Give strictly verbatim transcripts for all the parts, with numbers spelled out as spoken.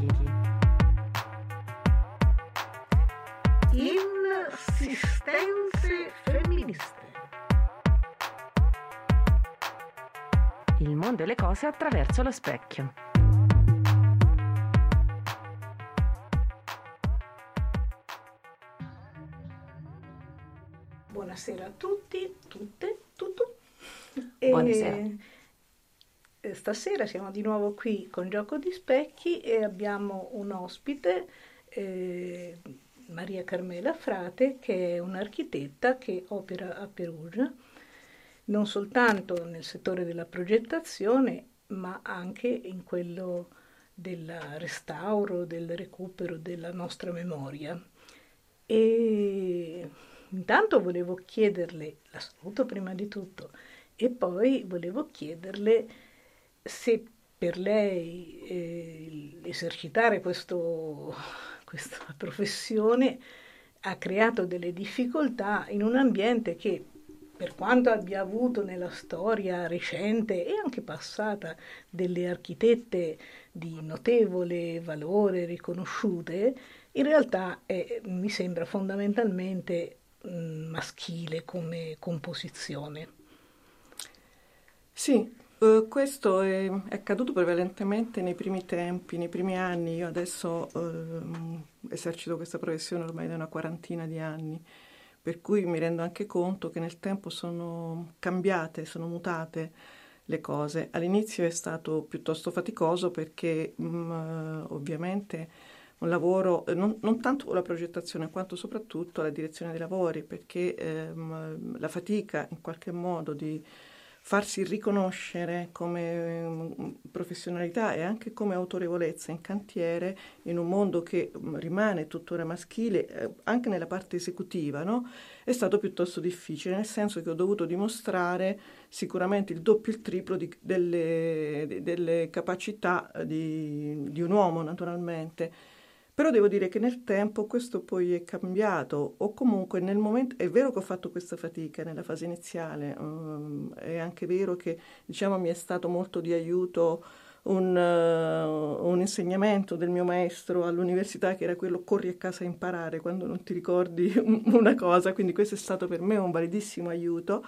tecniche. Insistenze femministe. Il mondo e le cose attraverso lo specchio. Buonasera a tutti, tutte, tutto. Buonasera. E stasera siamo di nuovo qui con Gioco di Specchi e abbiamo un ospite, eh, Maria Carmela Frate, che è un'architetta che opera a Perugia, non soltanto nel settore della progettazione, ma anche in quello del restauro, del recupero della nostra memoria. E intanto volevo chiederle, la saluto prima di tutto, e poi volevo chiederle se per lei eh, esercitare questo, questa professione ha creato delle difficoltà in un ambiente che, per quanto abbia avuto nella storia recente e anche passata delle architette di notevole valore riconosciute, in realtà è, mi sembra fondamentalmente mh, maschile come composizione. Sì, eh, questo è, è accaduto prevalentemente nei primi tempi, nei primi anni. Io adesso eh, esercito questa professione ormai da una quarantina di anni, per cui mi rendo anche conto che nel tempo sono cambiate, sono mutate le cose. All'inizio è stato piuttosto faticoso perché mh, ovviamente un lavoro, non, non tanto la progettazione quanto soprattutto la direzione dei lavori, perché ehm, la fatica in qualche modo di farsi riconoscere come um, professionalità e anche come autorevolezza in cantiere in un mondo che um, rimane tuttora maschile, eh, anche nella parte esecutiva, no? È stato piuttosto difficile, nel senso che ho dovuto dimostrare sicuramente il doppio, il triplo di, delle, de, delle capacità di, di un uomo, naturalmente. Però devo dire che nel tempo questo poi è cambiato, o comunque nel momento, è vero che ho fatto questa fatica nella fase iniziale, um, è anche vero che diciamo mi è stato molto di aiuto un, uh, un insegnamento del mio maestro all'università, che era quello: corri a casa a imparare quando non ti ricordi una cosa, quindi questo è stato per me un validissimo aiuto.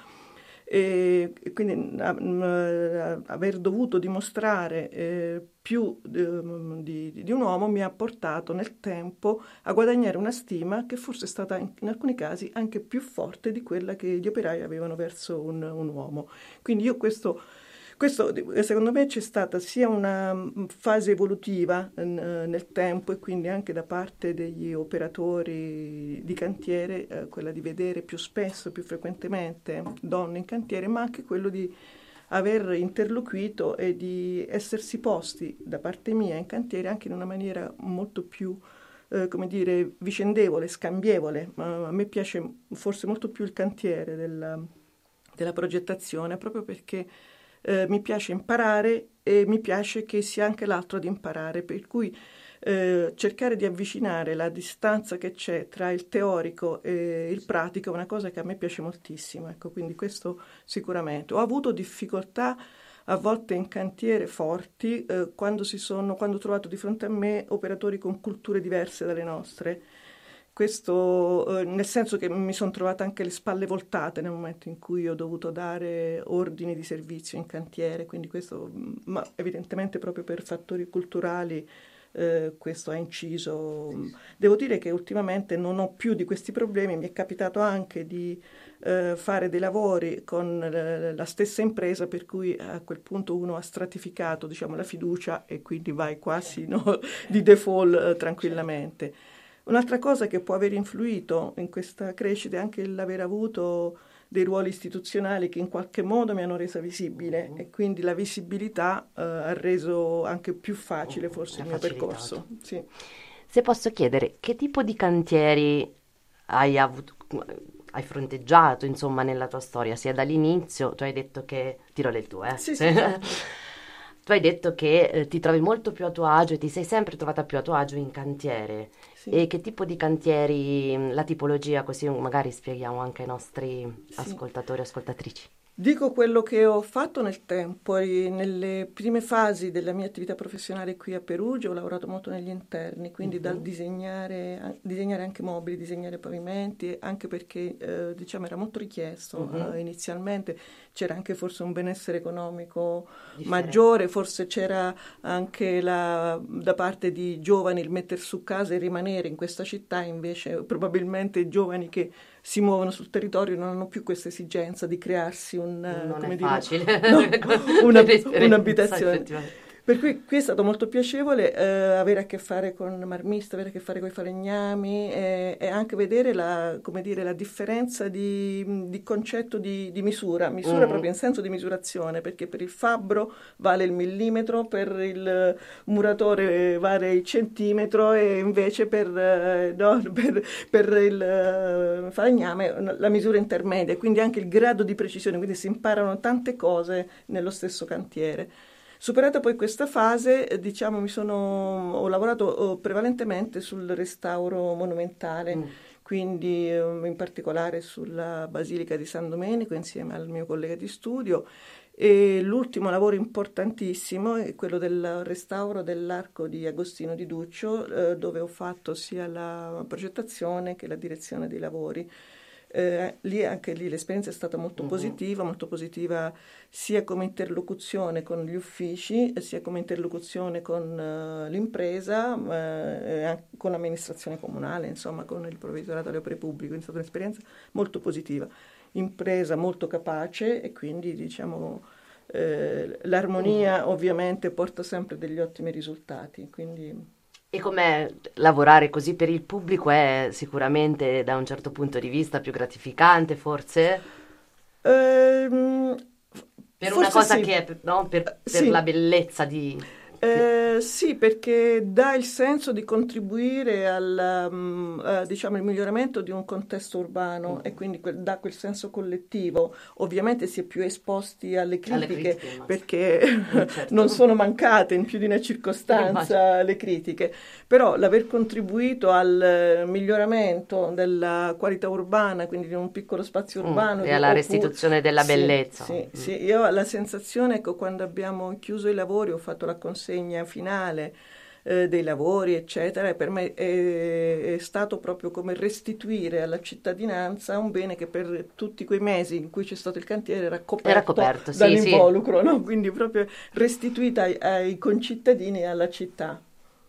E quindi a, a, aver dovuto dimostrare eh, più di, di, di un uomo mi ha portato nel tempo a guadagnare una stima che forse è stata in, in alcuni casi anche più forte di quella che gli operai avevano verso un, un uomo. Quindi io questo, questo secondo me c'è stata sia una fase evolutiva n, nel tempo, e quindi anche da parte degli operatori di cantiere, eh, quella di vedere più spesso, più frequentemente donne in cantiere, ma anche quello di aver interloquito e di essersi posti da parte mia in cantiere anche in una maniera molto più, eh, come dire, vicendevole, scambievole. Uh, a me piace forse molto più il cantiere della, della progettazione, proprio perché eh, mi piace imparare e mi piace che sia anche l'altro ad imparare, per cui Eh, cercare di avvicinare la distanza che c'è tra il teorico e il pratico è una cosa che a me piace moltissimo, ecco, quindi questo sicuramente. Ho avuto difficoltà a volte in cantiere forti eh, quando, si sono, quando ho trovato di fronte a me operatori con culture diverse dalle nostre. Questo eh, nel senso che mi sono trovata anche le spalle voltate nel momento in cui ho dovuto dare ordini di servizio in cantiere, quindi questo, ma evidentemente proprio per fattori culturali. Eh, questo ha inciso. Devo dire che ultimamente non ho più di questi problemi, mi è capitato anche di eh, fare dei lavori con eh, la stessa impresa, per cui a quel punto uno ha stratificato, diciamo, la fiducia e quindi vai quasi, no, di default eh, tranquillamente. Un'altra cosa che può aver influito in questa crescita è anche l'aver avuto dei ruoli istituzionali che in qualche modo mi hanno resa visibile, uh-huh. E quindi la visibilità uh, ha reso anche più facile forse uh, il mio facilitato. percorso. Sì. Se posso chiedere, che tipo di cantieri hai avuto, hai fronteggiato, insomma, nella tua storia, sia dall'inizio? Tu hai detto che, tiro le tue, eh? Sì, sì, sì. Tu hai detto che eh, ti trovi molto più a tuo agio e ti sei sempre trovata più a tuo agio in cantiere. Sì. E che tipo di cantieri, la tipologia, così magari spieghiamo anche ai nostri sì. ascoltatori e ascoltatrici. Dico quello che ho fatto nel tempo. E nelle prime fasi della mia attività professionale qui a Perugia ho lavorato molto negli interni, quindi Mhm. dal disegnare, a- disegnare anche mobili, disegnare pavimenti, anche perché eh, diciamo era molto richiesto Mhm. eh, inizialmente, c'era anche forse un benessere economico Differente. maggiore, forse c'era anche la, da parte di giovani il mettere su casa e rimanere in questa città, invece probabilmente i giovani che si muovono sul territorio non hanno più questa esigenza di crearsi un, eh, Non come è dire, facile no, una- per esperienza, un'abitazione. effettivamente. Per cui qui è stato molto piacevole eh, avere a che fare con marmisti, avere a che fare con i falegnami e, e anche vedere la, come dire, la differenza di, di concetto di, di misura, misura Mm. proprio in senso di misurazione, perché per il fabbro vale il millimetro, per il muratore vale il centimetro e invece per, eh, no, per, per il eh, falegname la misura intermedia, quindi anche il grado di precisione, quindi si imparano tante cose nello stesso cantiere. Superata poi questa fase, eh, diciamo, mi sono, ho lavorato eh, prevalentemente sul restauro monumentale, Mm. quindi eh, in particolare sulla Basilica di San Domenico insieme al mio collega di studio. E l'ultimo lavoro importantissimo è quello del restauro dell'Arco di Agostino di Duccio, eh, dove ho fatto sia la progettazione che la direzione dei lavori. Eh, lì anche lì l'esperienza è stata molto Mhm. positiva, molto positiva sia come interlocuzione con gli uffici, sia come interlocuzione con eh, l'impresa, eh, e anche con l'amministrazione comunale, insomma, con il provveditorato alle opere pubbliche. Quindi è stata un'esperienza molto positiva. Impresa molto capace e quindi, diciamo, eh, l'armonia ovviamente porta sempre degli ottimi risultati. Quindi E com'è lavorare così per il pubblico è sicuramente da un certo punto di vista più gratificante, forse? Ehm, Per una forse cosa sì. che è, no? Per, per la Sì. bellezza di... Eh, sì, perché dà il senso di contribuire al, mm, eh, diciamo, il miglioramento di un contesto urbano e quindi quel- dà quel senso collettivo. Ovviamente si è più esposti alle alle critiche critiche, immagino. perché Mm, certo. non sono mancate in più di una Immagino. circostanza le critiche, però l'aver contribuito al eh, miglioramento della qualità urbana, quindi di un piccolo spazio Mm, urbano, e di- alla oppure restituzione della sì, bellezza. sì, Mm. sì, io ho la sensazione, ecco, quando abbiamo chiuso i lavori, ho fatto la consegna finale eh, dei lavori, eccetera, e per me è, è stato proprio come restituire alla cittadinanza un bene che per tutti quei mesi in cui c'è stato il cantiere era coperto, Era coperto, sì, sì. dall'involucro, no? Quindi proprio restituita ai, ai concittadini e alla città.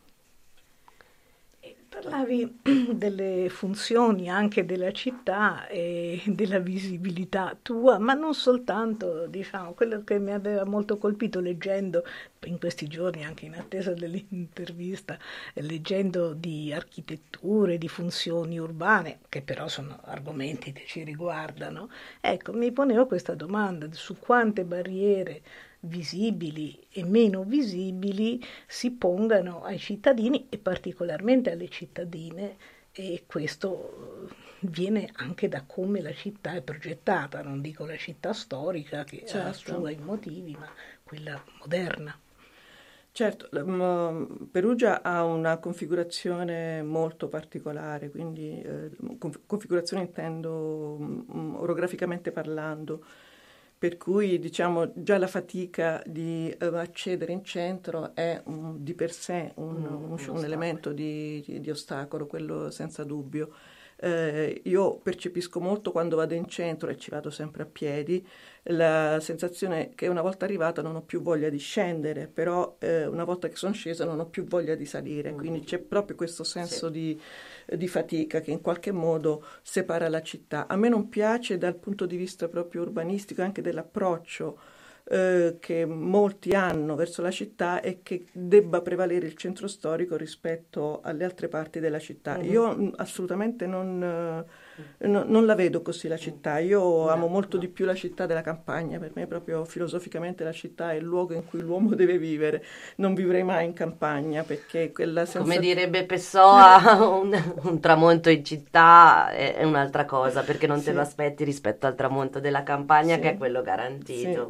Parlavi delle funzioni anche della città e della visibilità tua, ma non soltanto, diciamo, quello che mi aveva molto colpito leggendo in questi giorni, anche in attesa dell'intervista, eh, leggendo di architetture, di funzioni urbane, che però sono argomenti che ci riguardano. Ecco, mi ponevo questa domanda su quante barriere visibili e meno visibili si pongano ai cittadini e particolarmente alle cittadine, e questo viene anche da come la città è progettata, non dico la città storica che ha i Certo. suoi motivi, ma quella moderna. Certo, la- m- Perugia ha una configurazione molto particolare, quindi eh, conf- configurazione intendo mm, orograficamente parlando, per cui diciamo già la fatica di eh, accedere in centro è un- di per sé un, Mm, un- un un ostacolo. elemento di, di- di ostacolo, quello senza dubbio. Eh, io percepisco molto quando vado in centro e ci vado sempre a piedi, la sensazione che una volta arrivata non ho più voglia di scendere, però eh, una volta che sono scesa non ho più voglia di salire, quindi c'è proprio questo senso Sì. di, di fatica che in qualche modo separa la città. A me non piace dal punto di vista proprio urbanistico, anche dell'approccio eh, che molti hanno verso la città e che debba prevalere il centro storico rispetto alle altre parti della città. Mhm. Io mh, assolutamente non, eh, no- non la vedo così la città. Io amo No, molto no. di più la città della campagna. Per me proprio filosoficamente la città è il luogo in cui l'uomo deve vivere. Non vivrei mai in campagna perché quella Come sensazione... direbbe Pessoa, un, un tramonto in città è, è un'altra cosa, perché non te Sì. lo aspetti rispetto al tramonto della campagna, Sì. che è quello Sì, garantito. sì.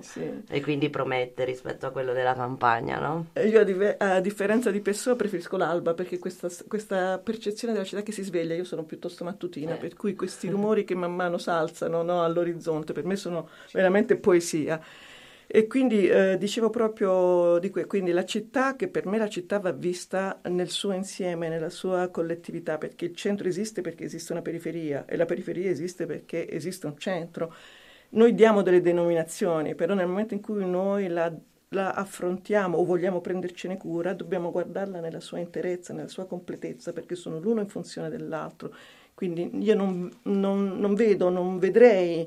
E quindi promette rispetto a quello della campagna, no? Io a, dive- a differenza di Pessoa preferisco l'alba, perché questa, questa percezione della città che si sveglia, io sono piuttosto mattutina, Eh. per cui questi rumori che man mano s'alzano, no, all'orizzonte, per me sono veramente poesia. E quindi eh, dicevo proprio di que- quindi la città, che per me la città va vista nel suo insieme, nella sua collettività, perché il centro esiste perché esiste una periferia e la periferia esiste perché esiste un centro. Noi diamo delle denominazioni, però nel momento in cui noi la, la affrontiamo o vogliamo prendercene cura, dobbiamo guardarla nella sua interezza, nella sua completezza, perché sono l'uno in funzione dell'altro. Quindi io non, non, non vedo, non vedrei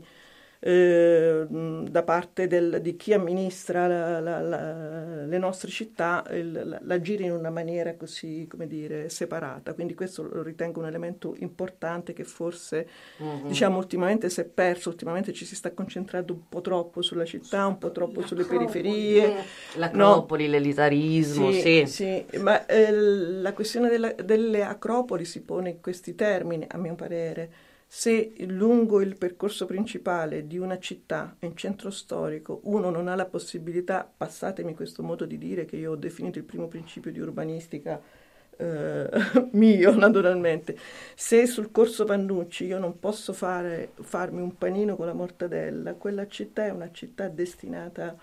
eh, da parte del, di chi amministra la, la, la, le nostre città il, l'agire in una maniera così, come dire, separata. Quindi questo lo ritengo un elemento importante che forse, mm-hmm. diciamo, ultimamente si è perso, ultimamente ci si sta concentrando un po' troppo sulla città, un po' troppo sulle periferie. L'acropoli, no? L'elitarismo, sì. Sì, sì. Ma eh, la questione della, delle acropoli si pone in questi termini, a mio parere. Se lungo il percorso principale di una città, in centro storico, uno non ha la possibilità, passatemi questo modo di dire che io ho definito il primo principio di urbanistica eh, mio naturalmente, se sul corso Pannucci io non posso fare, farmi un panino con la mortadella, quella città è una città destinata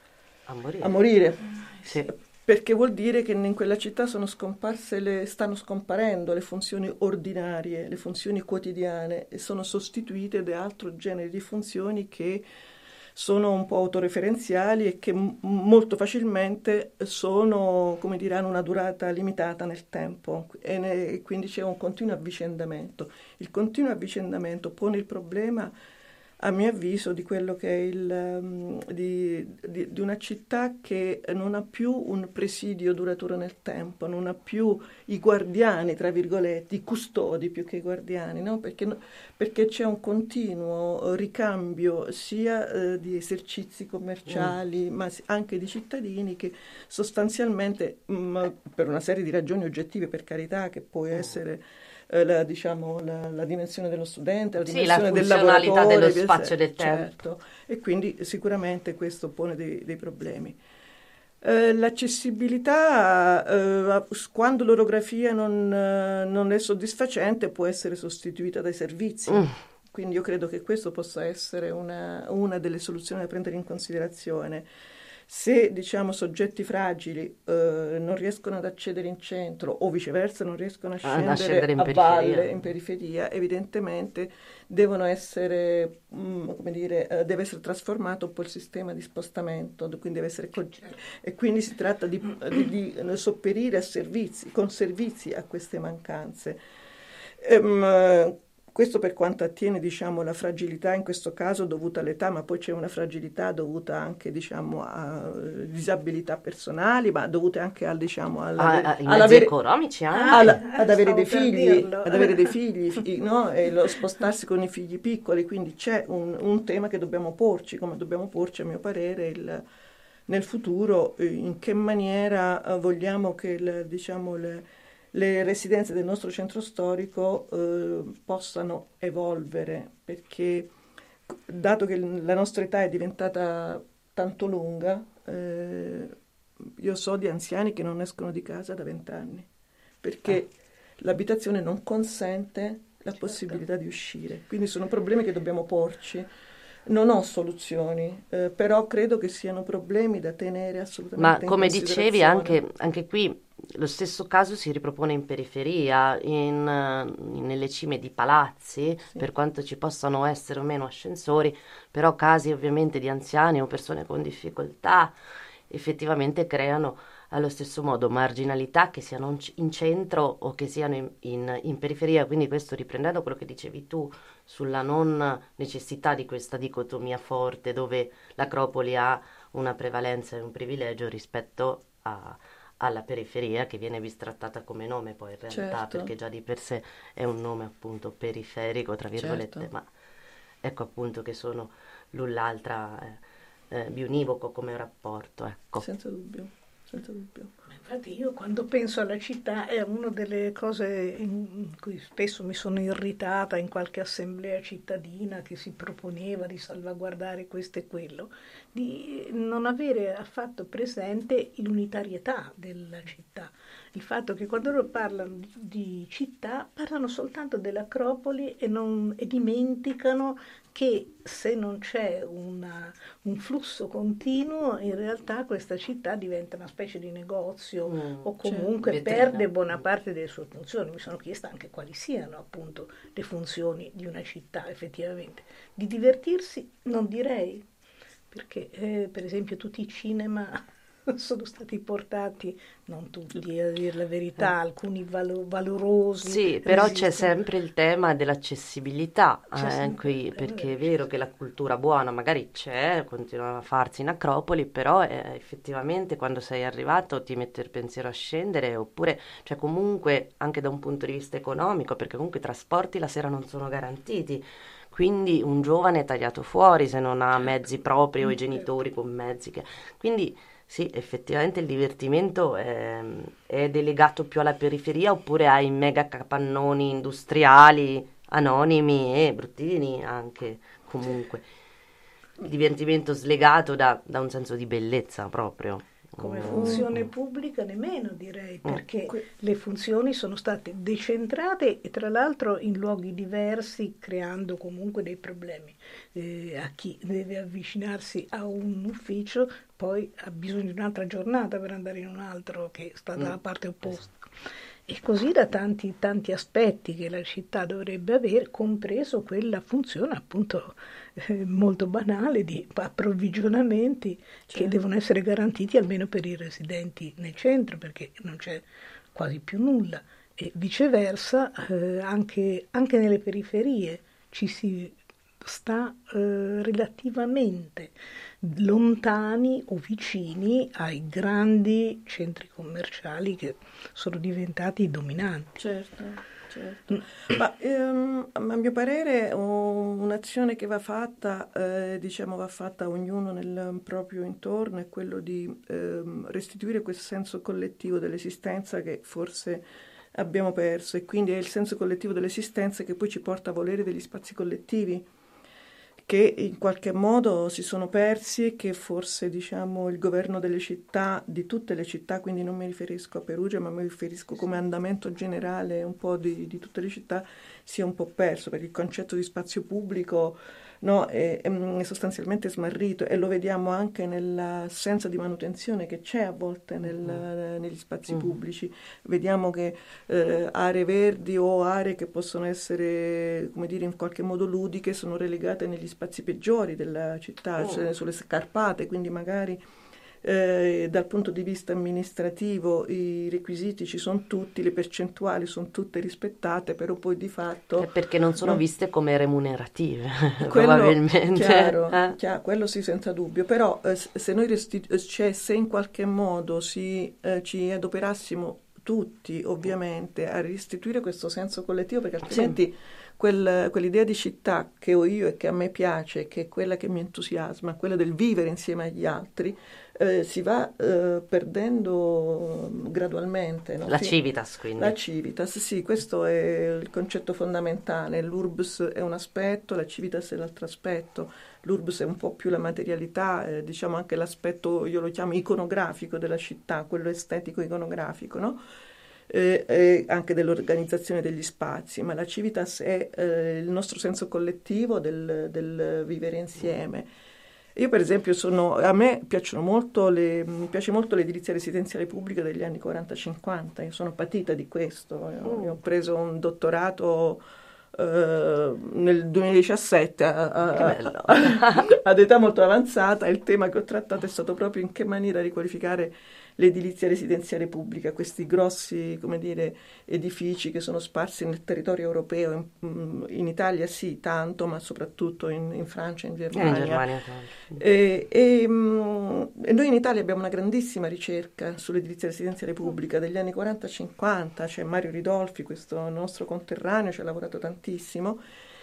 a morire. A morire. Sì. Perché vuol dire che in quella città sono scomparse le, stanno scomparendo le funzioni ordinarie, le funzioni quotidiane e sono sostituite da altro genere di funzioni che sono un po' autoreferenziali e che m- molto facilmente sono, come dire, hanno una durata limitata nel tempo e, ne, e quindi c'è un continuo avvicendamento. Il continuo avvicendamento pone il problema, a mio avviso, di quello che è il um, di, di, di una città che non ha più un presidio duraturo nel tempo, non ha più i guardiani, tra virgolette, i custodi più che i guardiani, no? Perché, perché c'è un continuo ricambio sia eh, di esercizi commerciali, mm. ma anche di cittadini che sostanzialmente, mh, per una serie di ragioni oggettive, per carità, che può essere La, diciamo, la, la dimensione dello studente, la sì, dimensione la del lavoratore, dello spazio e del tempo. Certo, e quindi sicuramente questo pone dei, dei problemi. Eh, l'accessibilità, eh, quando l'orografia non, eh, non è soddisfacente, può essere sostituita dai servizi. Mm. Quindi io credo che questo possa essere una, una delle soluzioni da prendere in considerazione. Se, diciamo, soggetti fragili eh, non riescono ad accedere in centro o viceversa non riescono a scendere, ah, a, scendere in a periferia. valle, in periferia, evidentemente devono essere, mh, come dire, eh, deve essere trasformato un po' il sistema di spostamento, quindi deve essere co- e quindi si tratta di, di, di sopperire a servizi, con servizi a queste mancanze. Ehm, Questo per quanto attiene, diciamo, la fragilità in questo caso dovuta all'età, ma poi c'è una fragilità dovuta anche, diciamo, a disabilità personali, ma dovute anche al, diciamo, alla, ah, i mezzi economici anche. Alla, ad avere dei figli, ad avere dei figli, figli no? E lo spostarsi con i figli piccoli, quindi c'è un, un tema che dobbiamo porci, come dobbiamo porci, a mio parere, il, nel futuro, in che maniera vogliamo che, il, diciamo, le le residenze del nostro centro storico eh, possano evolvere, perché dato che la nostra età è diventata tanto lunga, eh, io so di anziani che non escono di casa da vent'anni, perché eh. l'abitazione non consente la certo. possibilità di uscire. Quindi sono problemi che dobbiamo porci. Non ho soluzioni, eh, però credo che siano problemi da tenere assolutamente in considerazione. Ma come dicevi, anche, anche qui lo stesso caso si ripropone in periferia, in, in, nelle cime di palazzi, sì. per quanto ci possano essere o meno ascensori, però casi ovviamente di anziani o persone con difficoltà effettivamente creano allo stesso modo marginalità, che siano in centro o che siano in, in, in periferia. Quindi questo, riprendendo quello che dicevi tu sulla non necessità di questa dicotomia forte dove l'Acropoli ha una prevalenza e un privilegio rispetto a, alla periferia, che viene bistrattata come nome poi in realtà, certo. perché già di per sé è un nome appunto periferico tra virgolette, certo. ma ecco appunto che sono l'un l'altra eh, eh, biunivoco come rapporto, ecco. Senza dubbio. Senza dubbio. Infatti io quando penso alla città è una delle cose in cui spesso mi sono irritata in qualche assemblea cittadina che si proponeva di salvaguardare questo e quello, di non avere affatto presente l'unitarietà della città. Il fatto che quando loro parlano di città parlano soltanto dell'Acropoli e, non, e dimenticano che se non c'è una, un flusso continuo, in realtà questa città diventa una specie di negozio mm, o comunque cioè, perde buona parte delle sue funzioni. Mi sono chiesta anche quali siano appunto le funzioni di una città effettivamente. Di divertirsi non direi, perché eh, per esempio tutti i cinema sono stati portati, non tutti a dire la verità, alcuni valo- valorosi. Sì, però c'è sempre il tema dell'accessibilità, eh, qui, perché è vero che la cultura buona magari c'è, continua a farsi in Acropoli, però eh, effettivamente quando sei arrivato ti mette il pensiero a scendere, oppure, cioè comunque anche da un punto di vista economico, perché comunque i trasporti la sera non sono garantiti. Quindi un giovane è tagliato fuori se non ha mezzi propri o i genitori con mezzi che... Quindi sì, effettivamente il divertimento è, è delegato più alla periferia oppure ai mega capannoni industriali anonimi e bruttini anche comunque. Il divertimento slegato da, da un senso di bellezza proprio. Come funzione pubblica nemmeno direi, perché le funzioni sono state decentrate e tra l'altro in luoghi diversi, creando comunque dei problemi eh, a chi deve avvicinarsi a un ufficio, poi ha bisogno di un'altra giornata per andare in un altro che sta dalla parte opposta. E così da tanti, tanti aspetti che la città dovrebbe avere, compreso quella funzione appunto eh, molto banale di approvvigionamenti, certo, che devono essere garantiti almeno per i residenti nel centro, perché non c'è quasi più nulla. E viceversa, eh, anche, anche nelle periferie ci si sta eh, relativamente lontani o vicini ai grandi centri commerciali che sono diventati dominanti. Certo, certo. Ma ehm, a mio parere un'azione che va fatta, eh, diciamo va fatta a ognuno nel proprio intorno è quello di ehm, restituire quel senso collettivo dell'esistenza che forse abbiamo perso, e quindi è il senso collettivo dell'esistenza che poi ci porta a volere degli spazi collettivi che in qualche modo si sono persi e che forse, diciamo, il governo delle città, di tutte le città, quindi non mi riferisco a Perugia, ma mi riferisco come andamento generale un po' di, di tutte le città, sia un po' perso, perché il concetto di spazio pubblico, no, è, è sostanzialmente smarrito, e lo vediamo anche nell'assenza di manutenzione che c'è a volte nel, mm. negli spazi mm. pubblici. Vediamo che eh, aree verdi o aree che possono essere, come dire, in qualche modo ludiche sono relegate negli spazi peggiori della città, mm. cioè sulle scarpate, quindi magari eh, dal punto di vista amministrativo i requisiti ci sono tutti, le percentuali sono tutte rispettate, però poi di fatto... È perché non sono no, viste come remunerative, quello, probabilmente. Chiaro, eh? chiaro, quello sì, senza dubbio, però eh, se noi restitu- cioè, se in qualche modo si, eh, ci adoperassimo tutti, ovviamente, a restituire questo senso collettivo, perché altrimenti... Sì. Quel, quell'idea di città che ho io e che a me piace, che è quella che mi entusiasma, quella del vivere insieme agli altri, eh, si va eh, perdendo gradualmente. No? La Sì, civitas, quindi. La civitas, sì, questo è il concetto fondamentale. L'urbs è un aspetto, la civitas è l'altro aspetto. L'urbs è un po' più la materialità, eh, diciamo anche l'aspetto, io lo chiamo iconografico della città, quello estetico iconografico, no? Eh, eh, anche dell'organizzazione degli spazi, ma la civitas è eh, il nostro senso collettivo del, del vivere insieme. Io per esempio sono, a me piacciono molto le, mi piace molto l'edilizia residenziale pubblica degli anni quaranta cinquanta, io sono patita di questo, io, io ho preso un dottorato Uh, nel duemiladiciassette a, a, a, ad età molto avanzata, il tema che ho trattato è stato proprio in che maniera riqualificare l'edilizia residenziale pubblica, questi grossi, come dire, edifici che sono sparsi nel territorio europeo, in, in Italia sì, tanto, ma soprattutto in, in Francia e in Germania. In Germania e, e, e noi in Italia abbiamo una grandissima ricerca sull'edilizia residenziale pubblica degli anni quaranta cinquanta, c'è Mario Ridolfi, questo nostro conterraneo, ci ha lavorato tantissimo,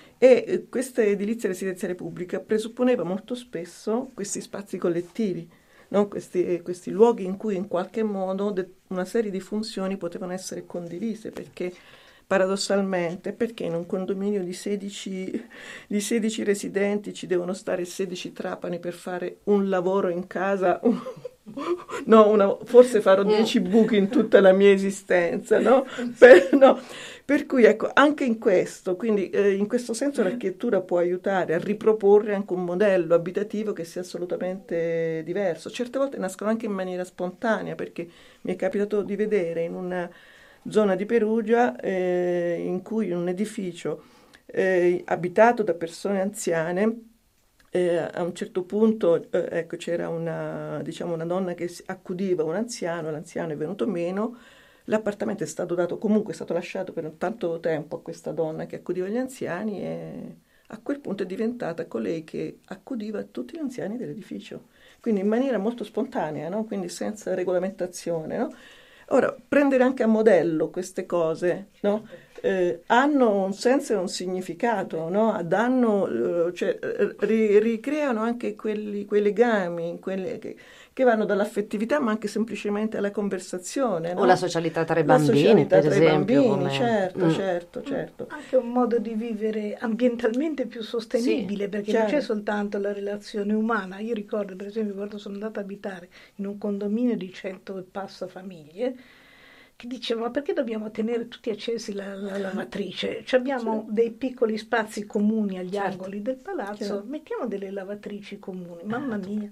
e questa edilizia residenziale pubblica presupponeva molto spesso questi spazi collettivi. no? questi, questi luoghi in cui in qualche modo de- una serie di funzioni potevano essere condivise, perché paradossalmente, perché in un condominio di sedici, di sedici residenti ci devono stare sedici trapani per fare un lavoro in casa? No, una, forse farò dieci buchi in tutta la mia esistenza, no? Per, no. Per cui ecco, anche in questo, quindi eh, in questo senso l'architettura può aiutare a riproporre anche un modello abitativo che sia assolutamente diverso. Certe volte nascono anche in maniera spontanea, perché mi è capitato di vedere in una zona di Perugia eh, in cui un edificio eh, abitato da persone anziane, eh, a un certo punto eh, ecco, c'era una, diciamo, una donna che accudiva un anziano, l'anziano è venuto meno, l'appartamento è stato dato, comunque è stato lasciato per tanto tempo a questa donna che accudiva gli anziani, e a quel punto è diventata colei che accudiva tutti gli anziani dell'edificio, quindi in maniera molto spontanea, no? Quindi senza regolamentazione, no? Ora, prendere anche a modello queste cose, no? eh, hanno un senso e un significato, no? Danno, eh, cioè, ri, ricreano anche quelli, quei legami, quelli che, che vanno dall'affettività, ma anche semplicemente alla conversazione, no? O la socialità tra i La bambini, socialità per tra esempio. i bambini, Come... certo, Mm. certo, certo. Anche un modo di vivere ambientalmente più sostenibile, Sì, perché chiaro. non c'è soltanto la relazione umana. Io ricordo, per esempio, quando sono andata a abitare in un condominio di cento e passa famiglie, che dicevo, ma perché dobbiamo tenere tutti accesi la, la lavatrice? Ci abbiamo Certo. dei piccoli spazi comuni agli Certo. angoli del palazzo, Chiaro. mettiamo delle lavatrici comuni, mamma mia.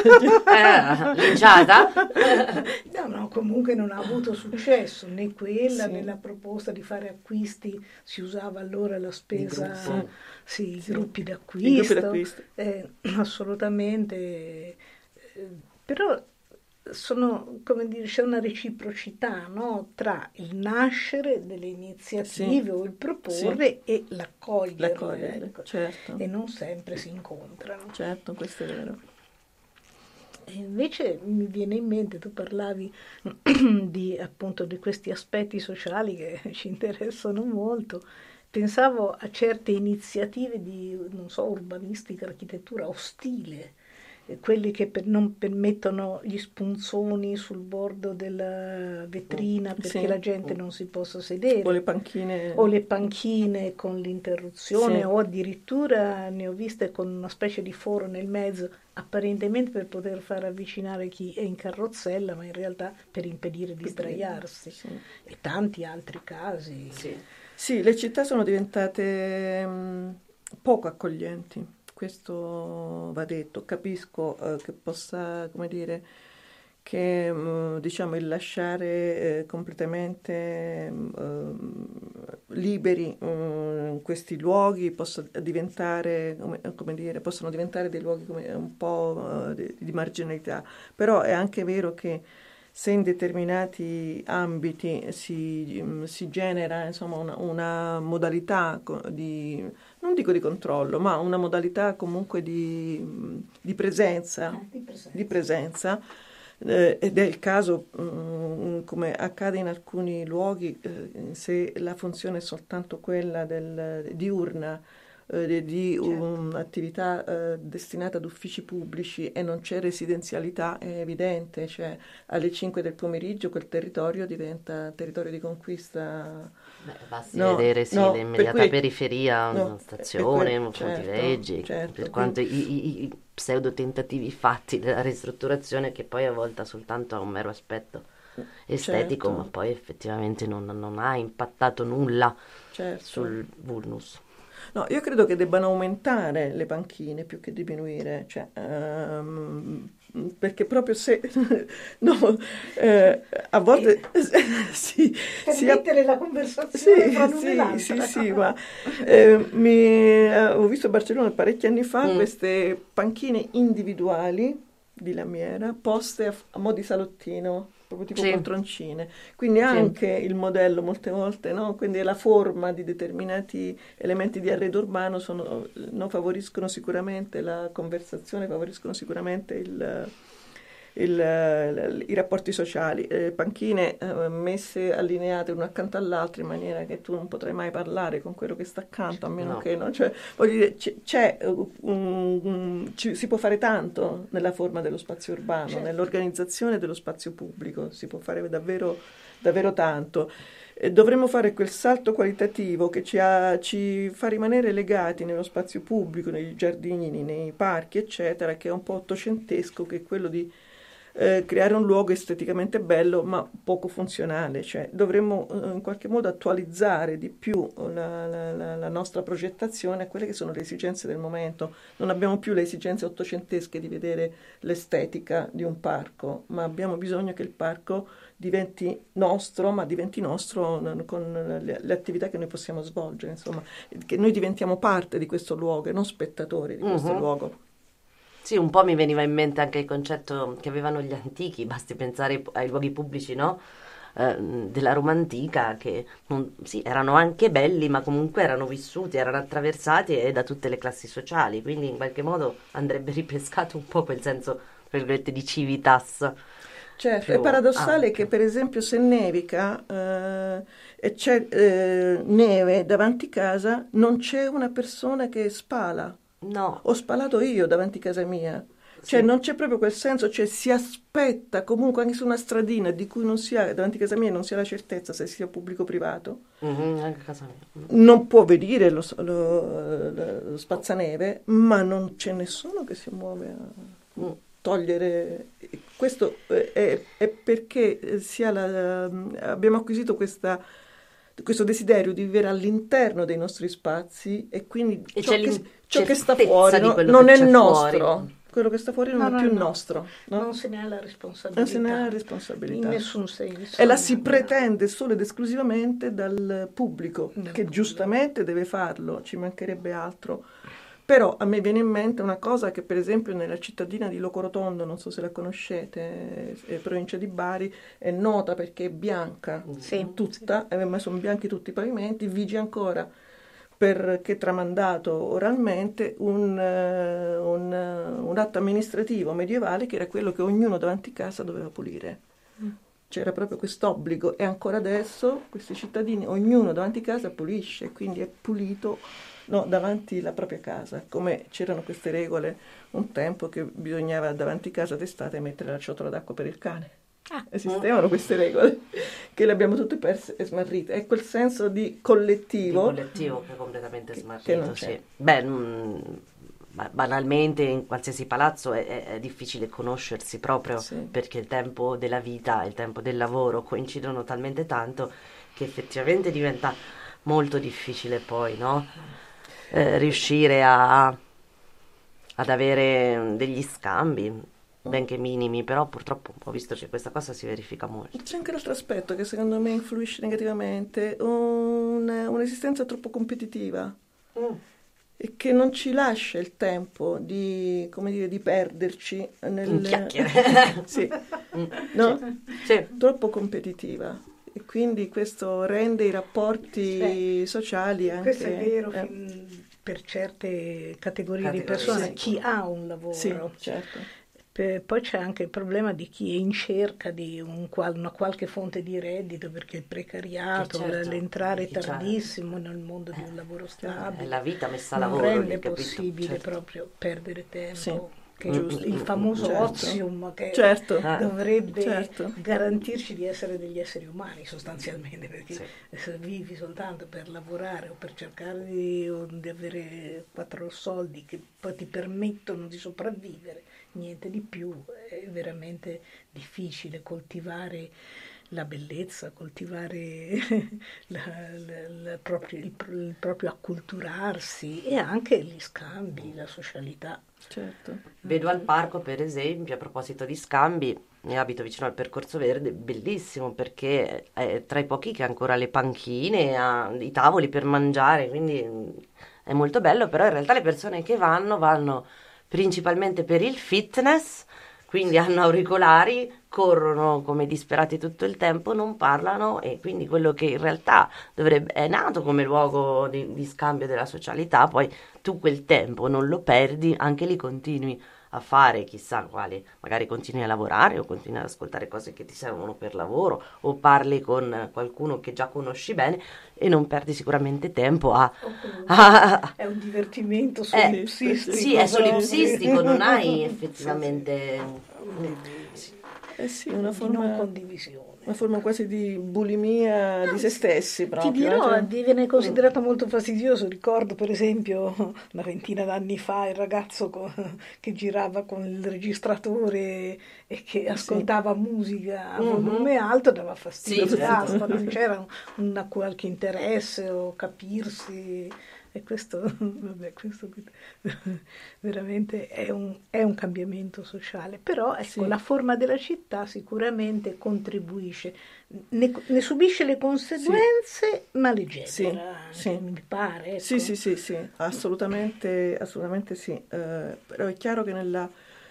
Eh, linciata? No, no, comunque non ha avuto successo né quella Sì. né la proposta di fare acquisti, si usava allora la spesa, gruppo. sì, i Sì. gruppi I gruppi d'acquisto, d'acquisto. eh, assolutamente, eh, però sono, come dire, c'è una reciprocità, no, tra il nascere delle iniziative Sì. o il proporre e l'accoglierle, L'accoglierle, ecco. certo. E non sempre si incontrano. Certo, questo è vero. E invece mi viene in mente, tu parlavi di, appunto, di questi aspetti sociali che ci interessano molto, pensavo a certe iniziative di, non so, urbanistica, architettura ostile, eh, quelli che per- non permettono gli spunzoni sul bordo della vetrina perché Sì. la gente non si possa sedere. O le panchine. O le panchine con l'interruzione, Sì. o addirittura ne ho viste con una specie di foro nel mezzo, apparentemente per poter far avvicinare chi è in carrozzella, ma in realtà per impedire di sdraiarsi. Sì. E tanti altri casi. Sì. Sì, le città sono diventate mh, poco accoglienti, questo va detto. Capisco eh, che possa, come dire, che mh, diciamo il lasciare eh, completamente mh, liberi mh, questi luoghi possa diventare, come, come dire, possono diventare dei luoghi come un po' eh, di, di marginalità, però è anche vero che se in determinati ambiti si, si genera insomma una, una modalità di, non dico di controllo, ma una modalità comunque di, di presenza, Eh, di presenza. di presenza eh, ed è il caso, mh, come accade in alcuni luoghi, eh, se la funzione è soltanto quella del, diurna, eh, di un'attività eh, destinata ad uffici pubblici e non c'è residenzialità, è evidente, cioè alle cinque del pomeriggio quel territorio diventa territorio di conquista. Beh, basti No, vedere sì, no, l'immediata per cui- periferia, no, una stazione, per cui- Fonti certo, Veggi, certo, per quanto i, i- i pseudo tentativi fatti della ristrutturazione, che poi a volte ha soltanto un mero aspetto estetico, certo, ma poi effettivamente non, non ha impattato nulla certo. sul vulnus. No, io credo che debbano aumentare le panchine più che diminuire, cioè, ehm, perché proprio se no, eh, a volte sì, Per sì, mettere la conversazione sì, fra l'una e sì, l'altra. sì, sì, ma eh, mi, eh, ho visto a Barcellona parecchi anni fa Mm. queste panchine individuali di lamiera poste a, a mo' di salottino, proprio tipo Sì. poltroncine. Quindi anche il modello molte volte, no? Quindi la forma di determinati elementi di arredo urbano sono, no, favoriscono sicuramente la conversazione, favoriscono sicuramente il, il, i rapporti sociali, eh, panchine eh, messe allineate una accanto all'altra in maniera che tu non potrai mai parlare con quello che sta accanto, a meno No. che non c'è, voglio dire, c'è, c'è un, un, ci, si può fare tanto nella forma dello spazio urbano, Certo. nell'organizzazione dello spazio pubblico, si può fare davvero, davvero tanto. E dovremmo fare quel salto qualitativo che ci, ha, ci fa rimanere legati nello spazio pubblico, nei giardini, nei parchi, eccetera, che è un po' ottocentesco, che è quello di eh, creare un luogo esteticamente bello ma poco funzionale. Cioè, dovremmo eh, in qualche modo attualizzare di più la, la, la, la nostra progettazione a quelle che sono le esigenze del momento. Non abbiamo più le esigenze ottocentesche di vedere l'estetica di un parco, ma abbiamo bisogno che il parco diventi nostro, ma diventi nostro con le, le attività che noi possiamo svolgere, insomma, che noi diventiamo parte di questo luogo e non spettatori di questo Mhm. luogo. Sì, un po' mi veniva in mente anche il concetto che avevano gli antichi, basti pensare ai, ai luoghi pubblici, no? Eh, della Roma antica, che non- sì, erano anche belli, ma comunque erano vissuti, erano attraversati e da tutte le classi sociali, quindi in qualche modo andrebbe ripescato un po' quel senso, tra virgolette, di civitas. Certo, Più è paradossale ampio. che per esempio se nevica eh, e c'è eh, neve davanti casa, non c'è una persona che spala. No, Ho spalato io davanti a casa mia. Cioè sì. non c'è proprio quel senso, cioè si aspetta comunque anche su una stradina di cui non si ha, davanti a casa mia non si ha la certezza se sia pubblico o privato. Mhm, anche a casa mia. Non può venire lo, lo- lo spazzaneve, ma non c'è nessuno che si muove a Mm. togliere. Questo eh, è, è perché eh, si ha la- abbiamo acquisito questa, questo desiderio di vivere all'interno dei nostri spazi e quindi E ciò c'è che, ciò che sta l'incertezza fuori di no, quello non che è c'è nostro. fuori. Quello che sta fuori non No, è no, più no. nostro, no? Non se ne ha la Non responsabilità. se ne ha la In responsabilità. nessun senso. E la si neanche. pretende solo ed esclusivamente dal pubblico, Dal che pubblico. giustamente deve farlo, ci mancherebbe altro. Però a me viene in mente una cosa che per esempio nella cittadina di Locorotondo, non so se la conoscete, è provincia di Bari, è nota perché è bianca Sì. tutta, eh, ma sono bianchi tutti i pavimenti, vige ancora perché tramandato oralmente un, eh, un, eh, un atto amministrativo medievale che era quello che ognuno davanti a casa doveva pulire. C'era proprio quest'obbligo e ancora adesso questi cittadini, ognuno davanti a casa pulisce, quindi è pulito no, davanti alla propria casa, come c'erano queste regole un tempo che bisognava davanti a casa d'estate mettere la ciotola d'acqua per il cane. Ah. Esistevano queste regole che le abbiamo tutte perse e smarrite. È quel senso di Il collettivo. collettivo che è completamente che- smarrito, che non sì. c'è. Beh, mm, ba- banalmente in qualsiasi palazzo è, è- è difficile conoscersi proprio Sì. perché il tempo della vita e il tempo del lavoro coincidono talmente tanto che effettivamente diventa molto difficile poi, no? Eh, riuscire a, ad avere degli scambi, benché minimi, però purtroppo ho visto che questa cosa si verifica molto. C'è anche l'altro aspetto che secondo me influisce negativamente, un- un'esistenza troppo competitiva e che non ci lascia il tempo di, come dire, di perderci nel... In chiacchiere. Sì, Mm. no? Sì. Troppo competitiva e quindi questo rende i rapporti Beh, sociali anche... Questo è vero eh, fin- per certe categorie di Categorie, persone, sì. chi ha un lavoro. sì, certo. Pe- Poi c'è anche il problema di chi è in cerca di un qual- una qualche fonte di reddito perché il precariato, Che certo, l'entrare chi c'ha- tardissimo nel mondo di un lavoro È stabile, la vita messa a non lavoro rende lì, capito? possibile Certo. proprio perdere tempo, Sì, che giusto. il famoso Certo. ozium che Certo. Ah. dovrebbe Certo. garantirci di essere degli esseri umani sostanzialmente, perché Sì. se vivi soltanto per lavorare o per cercare di, o di avere quattro soldi che poi ti permettono di sopravvivere, niente di più, è veramente difficile coltivare la bellezza, coltivare la- la- la proprio- il, il proprio acculturarsi e anche gli scambi, la socialità. Certo. Vedo al parco, per esempio, a proposito di scambi, ne abito vicino al Percorso Verde, bellissimo perché è tra i pochi che ha ancora le panchine, ha i tavoli per mangiare, quindi mm, è molto bello, però in realtà le persone che vanno vanno principalmente per il fitness, quindi hanno auricolari, corrono come disperati tutto il tempo, non parlano e quindi quello che in realtà dovrebbe, è nato come luogo di, di scambio della socialità, poi tu quel tempo non lo perdi, anche lì continui a fare chissà quale, magari continui a lavorare o continui ad ascoltare cose che ti servono per lavoro o parli con qualcuno che già conosci bene e non perdi sicuramente tempo a... a è un divertimento eh, solipsistico. Sì, è solipsistico, non hai effettivamente... Eh sì, una di forma, non condivisione. Una forma quasi di bulimia no, di se stessi proprio. Ti dirò, cioè... viene considerato molto fastidioso. Ricordo per esempio una ventina d'anni fa il ragazzo con, che girava con il registratore e che ascoltava sì. musica a volume mm-hmm. alto, dava fastidio, sì, basta, non c'era una qualche interesse o capirsi. E questo, vabbè, questo veramente è un, è un cambiamento sociale, però ecco, sì. la forma della città sicuramente contribuisce, ne, ne subisce le conseguenze, sì. ma leggera, sì. sì. mi pare. Ecco. Sì, sì, sì, sì, assolutamente, assolutamente sì, uh, però è chiaro che nella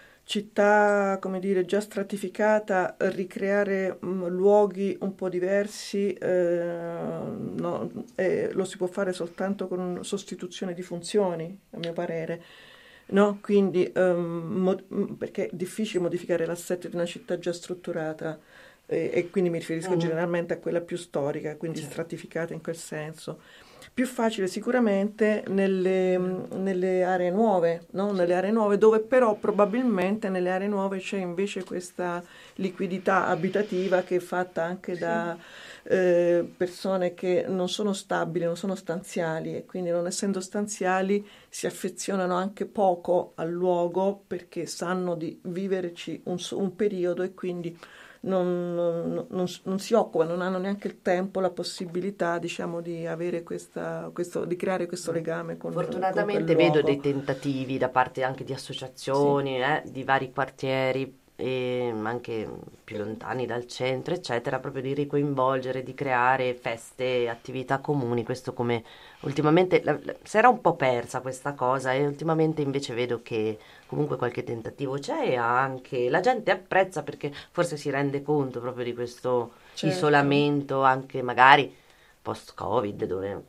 città, come dire, già stratificata, ricreare mh, luoghi un po' diversi eh, no, eh, lo si può fare soltanto con sostituzione di funzioni, a mio parere. No? Quindi, um, mo- perché è difficile modificare l'assetto di una città già strutturata eh, e quindi mi riferisco mm. generalmente a quella più storica, quindi certo. stratificata in quel senso. Più facile sicuramente nelle, nelle aree nuove, no? Nelle aree nuove dove però probabilmente nelle aree nuove c'è invece questa liquidità abitativa che è fatta anche sì. da eh, persone che non sono stabili, non sono stanziali e quindi non essendo stanziali si affezionano anche poco al luogo perché sanno di viverci un, un periodo e quindi Non, non, non, non si occupano, non hanno neanche il tempo, la possibilità, diciamo, di avere questa, questo, di creare questo legame con Fortunatamente con vedo dei tentativi da parte anche di associazioni, sì. eh, di vari quartieri e anche più lontani dal centro, eccetera, proprio di ricoinvolgere, di creare feste, attività comuni. Questo come ultimamente la, la, si era un po' persa questa cosa e ultimamente invece vedo che comunque qualche tentativo c'è e anche la gente apprezza perché forse si rende conto proprio di questo certo. isolamento anche magari post-Covid dove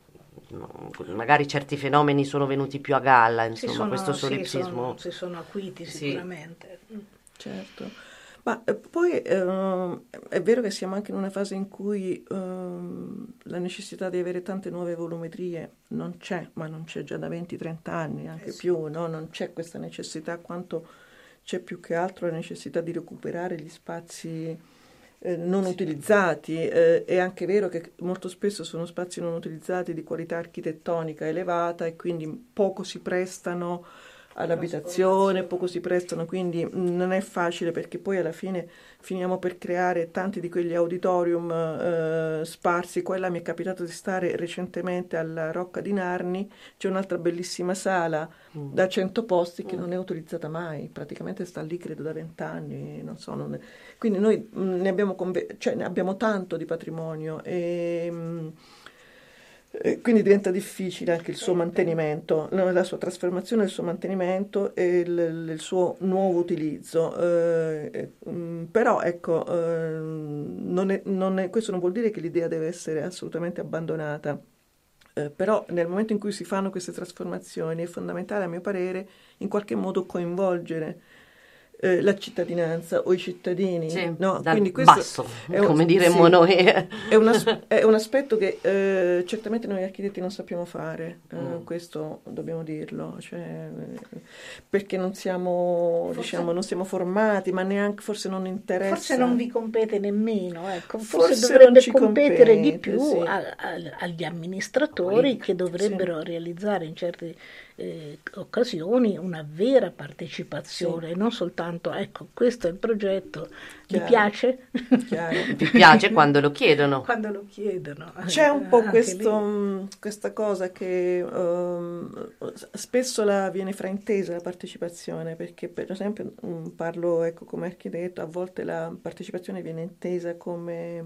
magari certi fenomeni sono venuti più a galla, insomma, sono, questo sì, solipsismo sono, si sono acuiti sicuramente. Sì. Certo. Ma eh, poi eh, è vero che siamo anche in una fase in cui eh, la necessità di avere tante nuove volumetrie non c'è, ma non c'è già da venti trenta anni, anche eh sì. più, no? Non c'è questa necessità quanto c'è più che altro la necessità di recuperare gli spazi eh, non sì. utilizzati. Eh, è anche vero che molto spesso sono spazi non utilizzati di qualità architettonica elevata e quindi poco si prestano all'abitazione, poco si prestano, quindi non è facile perché poi alla fine finiamo per creare tanti di quegli auditorium eh, sparsi. Qua e là mi è capitato di stare recentemente alla Rocca di Narni, c'è un'altra bellissima sala mm. da cento posti che mm. non è utilizzata mai, praticamente sta lì credo da vent'anni, non so, non è... quindi noi mh, ne abbiamo conve- cioè ne abbiamo tanto di patrimonio e mh, quindi diventa difficile anche il suo mantenimento, la sua trasformazione, il suo mantenimento e il, il suo nuovo utilizzo. Eh, però ecco, eh, non è, non è, questo non vuol dire che l'idea deve essere assolutamente abbandonata. Eh, però nel momento in cui si fanno queste trasformazioni è fondamentale, a mio parere, in qualche modo coinvolgere Eh, la cittadinanza o i cittadini, sì, no? dal Quindi questo basso, è un, come diremmo sì, noi. È un, as- è un aspetto che eh, certamente noi architetti non sappiamo fare, eh, mm. questo dobbiamo dirlo, cioè, perché non siamo, forse, diciamo, non siamo formati, ma neanche, forse non interessa. Forse non vi compete nemmeno, ecco. forse, forse dovrebbe competere compete, di più sì. a, a, agli amministratori che dovrebbero sì. realizzare in certe eh, occasioni una vera partecipazione, sì. non soltanto, ecco, questo è il progetto, Chiaro. vi piace? Chiaro. Vi piace quando lo chiedono? Quando lo chiedono. C'è un po' questo, questa cosa che um, spesso la viene fraintesa la partecipazione, perché per esempio um, parlo ecco, come architetto, a volte la partecipazione viene intesa come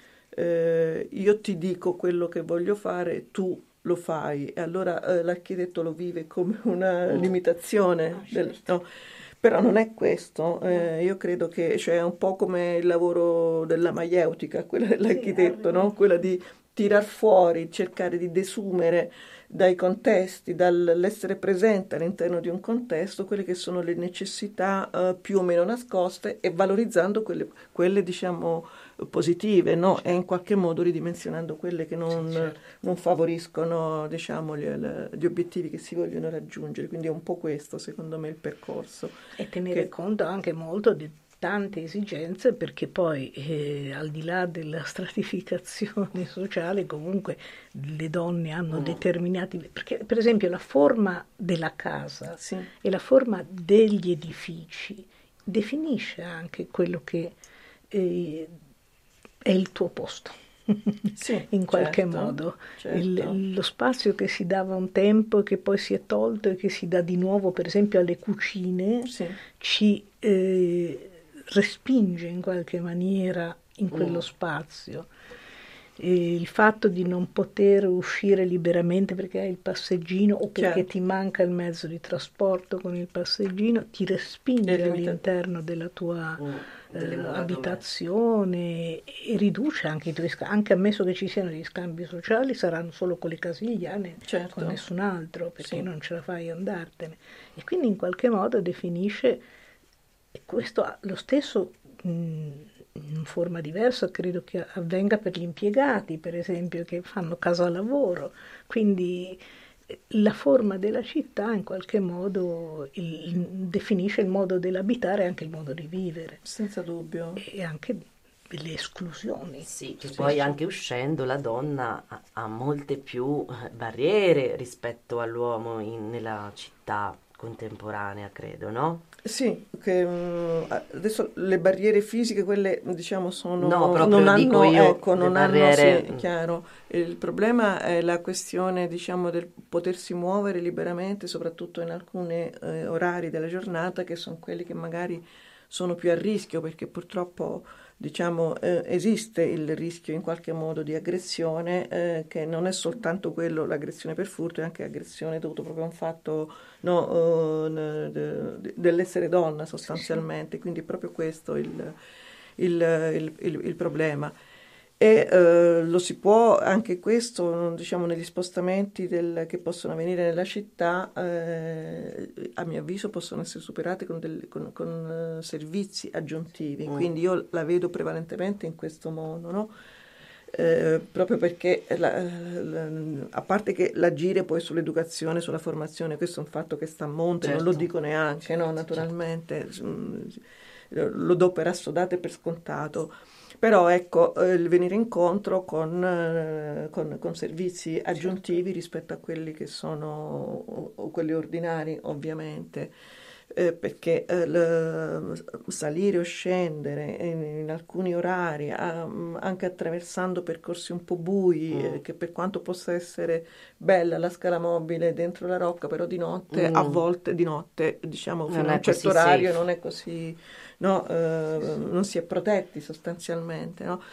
eh, io ti dico quello che voglio fare, tu lo fai, e allora eh, l'architetto lo vive come una oh. limitazione. Oh, del, certo. no. Però non è questo, eh, io credo che cioè, è un po' come il lavoro della maieutica, quella dell'architetto, sì, no? Quella di tirar fuori, cercare di desumere dai contesti, dall'essere presente all'interno di un contesto, quelle che sono le necessità uh, più o meno nascoste e valorizzando quelle, quelle diciamo, positive, no? Certo. E in qualche modo ridimensionando quelle che non, sì, certo. non favoriscono diciamo, gli, gli obiettivi che si vogliono raggiungere. Quindi è un po' questo, secondo me, il percorso. E tenere che... conto anche molto di tante esigenze, perché poi eh, al di là della stratificazione sociale comunque le donne hanno mm. determinati, perché per esempio la forma della casa, sì, e la forma degli edifici definisce anche quello che eh, è il tuo posto. Sì, in qualche certo, modo certo. Il, lo spazio che si dava un tempo e che poi si è tolto e che si dà di nuovo per esempio alle cucine, sì, ci eh, respinge in qualche maniera in quello mm. spazio. E il fatto di non poter uscire liberamente perché hai il passeggino o perché certo. ti manca il mezzo di trasporto con il passeggino ti respinge all'interno della tua mm. eh, abitazione e riduce anche i tuoi scambi, anche ammesso che ci siano gli scambi sociali saranno solo con le casigliane, certo. con nessun altro, perché sì. non ce la fai andartene, e quindi in qualche modo definisce. E questo lo stesso mh, in forma diversa credo che avvenga per gli impiegati, per esempio, che fanno casa lavoro. Quindi la forma della città in qualche modo il, il, definisce il modo dell'abitare e anche il modo di vivere. Senza dubbio. E anche le esclusioni. Sì, che poi anche uscendo la donna ha, ha molte più barriere rispetto all'uomo in, nella città contemporanea, credo, no? Sì, che um, adesso le barriere fisiche, quelle diciamo sono... No, proprio non dico hanno, io, ecco, non barriere... hanno, sì, chiaro. Il problema è la questione, diciamo, del potersi muovere liberamente, soprattutto in alcuni eh, orari della giornata, che sono quelli che magari sono più a rischio, perché purtroppo... diciamo eh, esiste il rischio in qualche modo di aggressione eh, che non è soltanto quello, l'aggressione per furto, è anche aggressione dovuto proprio a un fatto no, uh, de, de, dell'essere donna sostanzialmente, quindi è proprio questo il, il, il, il, il problema. E eh, lo si può, anche questo, diciamo, negli spostamenti del, che possono avvenire nella città, eh, a mio avviso possono essere superati con, del, con, con uh, servizi aggiuntivi, mm. quindi io la vedo prevalentemente in questo modo, no? Eh, proprio perché la, la, a parte che l'agire poi sull'educazione, sulla formazione, questo è un fatto che sta a monte, certo. non lo dico neanche, certo, no, naturalmente, certo. lo do per assodato e per scontato. Però ecco, eh, il venire incontro con, eh, con, con servizi aggiuntivi rispetto a quelli che sono, o, o quelli ordinari ovviamente, eh, perché eh, le, salire o scendere in, in alcuni orari, a, anche attraversando percorsi un po' bui, mm. eh, che per quanto possa essere bella la scala mobile dentro la rocca, però di notte, mm. a volte di notte, diciamo, fino a un certo orario safe. non è così... No, eh, non si è protetti sostanzialmente, no?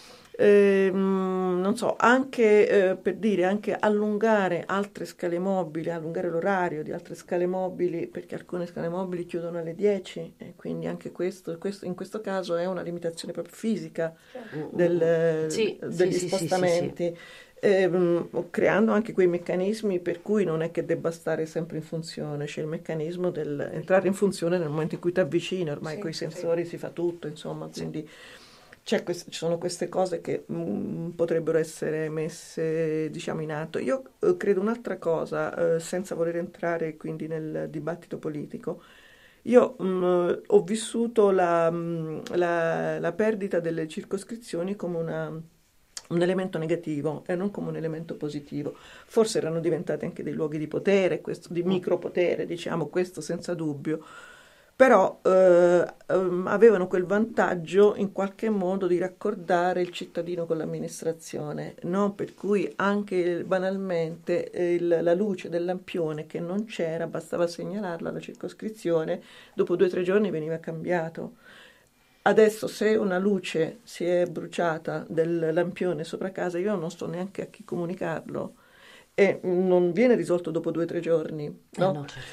Eh, non so, anche eh, per dire, anche allungare altre scale mobili, allungare l'orario di altre scale mobili, perché alcune scale mobili chiudono alle dieci, e quindi anche questo, questo in questo caso è una limitazione proprio fisica del, sì, degli sì, spostamenti. Sì, sì, sì. Eh, creando anche quei meccanismi per cui non è che debba stare sempre in funzione, c'è il meccanismo del entrare in funzione nel momento in cui ti avvicini, ormai sì, con i sensori sì. si fa tutto, insomma, quindi c'è quest- ci sono queste cose che mh, potrebbero essere messe, diciamo, in atto. Io eh, credo un'altra cosa, eh, senza voler entrare quindi nel dibattito politico. Io mh, ho vissuto la, mh, la, la perdita delle circoscrizioni come una un elemento negativo e non come un elemento positivo. Forse erano diventate anche dei luoghi di potere, questo, di micropotere, diciamo, questo senza dubbio, però eh, ehm, avevano quel vantaggio in qualche modo di raccordare il cittadino con l'amministrazione, no? Per cui anche banalmente eh, il, la luce del lampione che non c'era, bastava segnalarla alla circoscrizione, dopo due o tre giorni veniva cambiato. Adesso se una luce si è bruciata del lampione sopra casa, io non so neanche a chi comunicarlo e non viene risolto dopo due o tre giorni, no? Eh no, certo.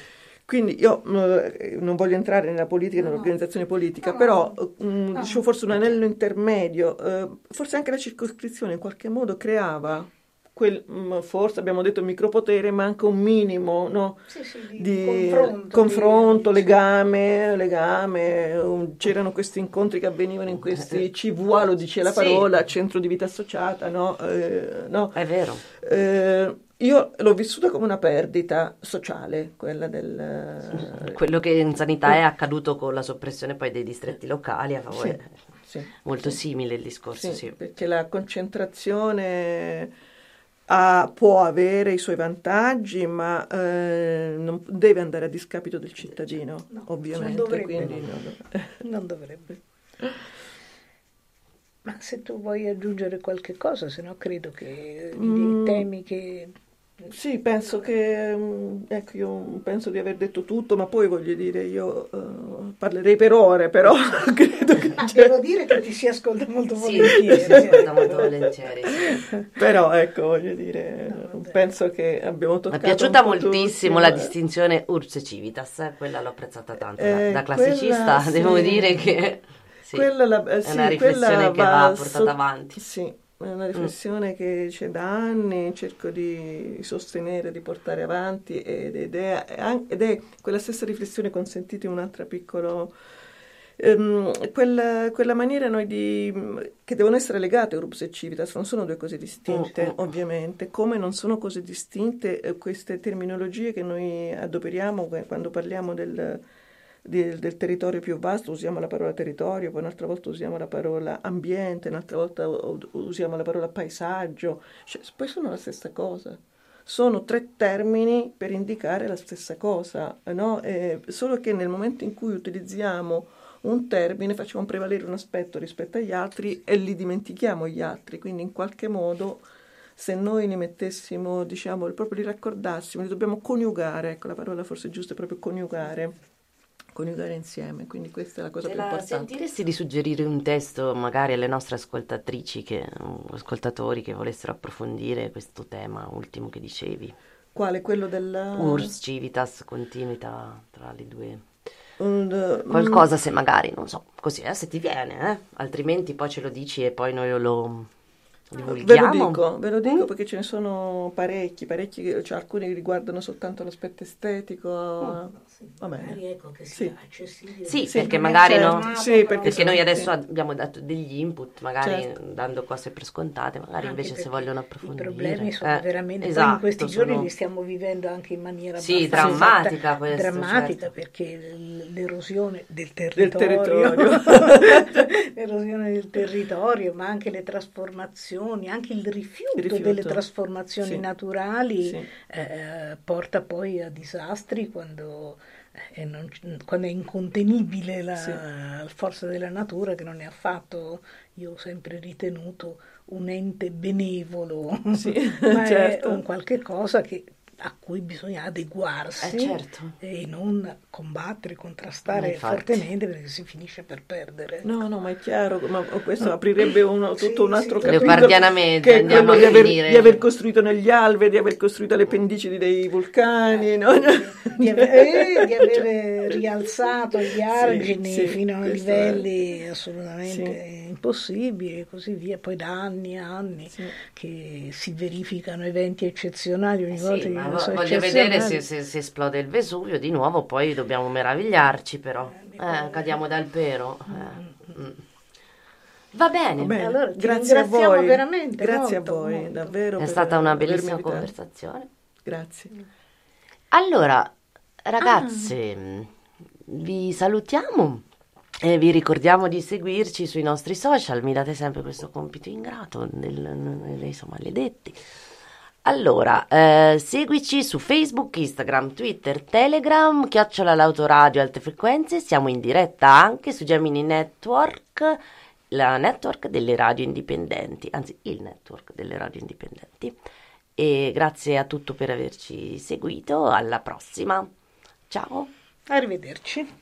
Quindi io eh, non voglio entrare nella politica, No, nell'organizzazione politica, no, però no, mh, no. dicevo forse un anello intermedio, eh, forse anche la circoscrizione in qualche modo creava quel, mh, forse abbiamo detto micropotere, ma anche un minimo, no? Sì, sì, di, di confronto, confronto, di- legame, legame, um, c'erano questi incontri che avvenivano in questi C V A, lo dice la Sì. parola, centro di vita associata, no? Eh, no? È vero. Eh, io l'ho vissuta come una perdita sociale, quella del... Quello che in sanità è accaduto con la soppressione poi dei distretti locali a favore. Sì, sì, Molto sì. simile il discorso, Sì, sì. perché la concentrazione ha- può avere i suoi vantaggi, ma eh, non deve andare a discapito del cittadino, No, ovviamente. non dovrebbe. Quindi non dov- Non dovrebbe. Ma se tu vuoi aggiungere qualche cosa, se no credo che Mm. i temi che... Sì, penso che, mm, ecco, io penso di aver detto tutto, ma poi voglio dire, io eh, parlerei per ore, però credo che... Ma devo dire che ti si ascolta molto Sì, volentieri. si ascolta molto volentieri, sì. Però ecco, voglio dire, No, vabbè. penso che abbiamo Mi è toccato piaciuta un po' moltissimo tutti, la ma- distinzione Urbs e Civitas, eh, quella l'ho apprezzata tanto. Da, Eh, da classicista quella, devo sì. dire che sì, Quella, la- eh, è sì, una riflessione quella che va va portata so- avanti. Sì, è una riflessione che c'è da anni, cerco di sostenere, di portare avanti ed, ed è, è an- ed è quella stessa riflessione, consentite un'altra piccolo... ehm, quella, quella maniera noi di, che devono essere legate Urbs e Civitas, non sono due cose distinte, Mm, mm. ovviamente, come non sono cose distinte eh, queste terminologie che noi adoperiamo que- quando parliamo del, di- del territorio più vasto, usiamo la parola territorio, poi un'altra volta usiamo la parola ambiente, un'altra volta u- usiamo la parola paesaggio, cioè, poi sono la stessa cosa. Sono tre termini per indicare la stessa cosa, no? Eh, solo che nel momento in cui utilizziamo un termine facciamo prevalere un aspetto rispetto agli altri e li dimentichiamo gli altri, quindi in qualche modo se noi li mettessimo, diciamo, proprio li raccordassimo, li dobbiamo coniugare, ecco la parola forse giusta è proprio coniugare, coniugare insieme, quindi questa è la cosa Te più la importante. sentiresti di suggerire un testo magari alle nostre ascoltatrici, che, o ascoltatori che volessero approfondire questo tema ultimo che dicevi? Quale? Quello del... Urs, Civitas, continuità tra le due. un- Qualcosa se magari, non so, così, eh, se ti viene, eh? Altrimenti poi ce lo dici e poi noi lo Ve lo divulghiamo. dico, ve lo dico Mm? perché ce ne sono parecchi, parecchi, che- cioè alcuni che riguardano soltanto l'aspetto estetico, va bene. Magari ecco che Sì. sia accessibile. Sì, Sì, perché magari certo, no, sì, perché perché sono- noi adesso sì. abbiamo dato degli input, magari Certo. dando cose per scontate, magari Anche invece se perché vogliono i approfondire. problemi sono eh, veramente, poi esatto, in questi giorni sono- li stiamo vivendo anche in maniera Sì, abbastanza drammatica questo, drammatica, certo. perché l- l'erosione del Del territorio, territorio. l'erosione del territorio, ma anche le trasformazioni, anche il rifiuto, Il rifiuto. delle trasformazioni Sì. naturali Sì. eh, porta poi a disastri quando, eh, non- quando è incontenibile la, Sì. la forza della natura, che non è affatto, io ho sempre ritenuto, un ente benevolo, Sì, ma certo. è un qualche cosa che, a cui bisogna adeguarsi Eh, certo. e non combattere, Ma contrastare infatti. fortemente, perché si finisce per perdere. No, no, ma è chiaro, ma questo aprirebbe uno- Sì, tutto un altro sì. capitolo, Leopardianamente, che è andiamo quello di a aver, finire. di aver costruito negli alvei, di aver costruito le pendicidi dei vulcani, no? Di, ave- eh, di avere rialzato gli argini sì, fino a questo è- livelli assolutamente Sì. impossibili e così via, poi da anni e anni Sì. che si verificano eventi eccezionali ogni volta Sì, che ma io vo- so voglio eccezionali. vedere se, se- se esplode il Vesuvio di nuovo, poi dobbiamo meravigliarci però. Eh, cadiamo dal pero. eh. Mm. Va bene, Va bene, Allora, ti grazie a ringraziamo voi, veramente grazie molto, a voi, molto. davvero. è per stata una avermi bellissima invitato. conversazione. Grazie. Allora, ragazze, mh, vi salutiamo e vi ricordiamo di seguirci sui nostri social. Mi date sempre questo compito ingrato, del, n- insomma, maledetti. Allora, eh, seguici su Facebook, Instagram, Twitter, Telegram, chiocciola l'autoradio alte frequenze. Siamo in diretta anche su Gemini Network, la network delle radio indipendenti, anzi il network delle radio indipendenti. E grazie a tutto per averci seguito. Alla prossima. Ciao. Arrivederci.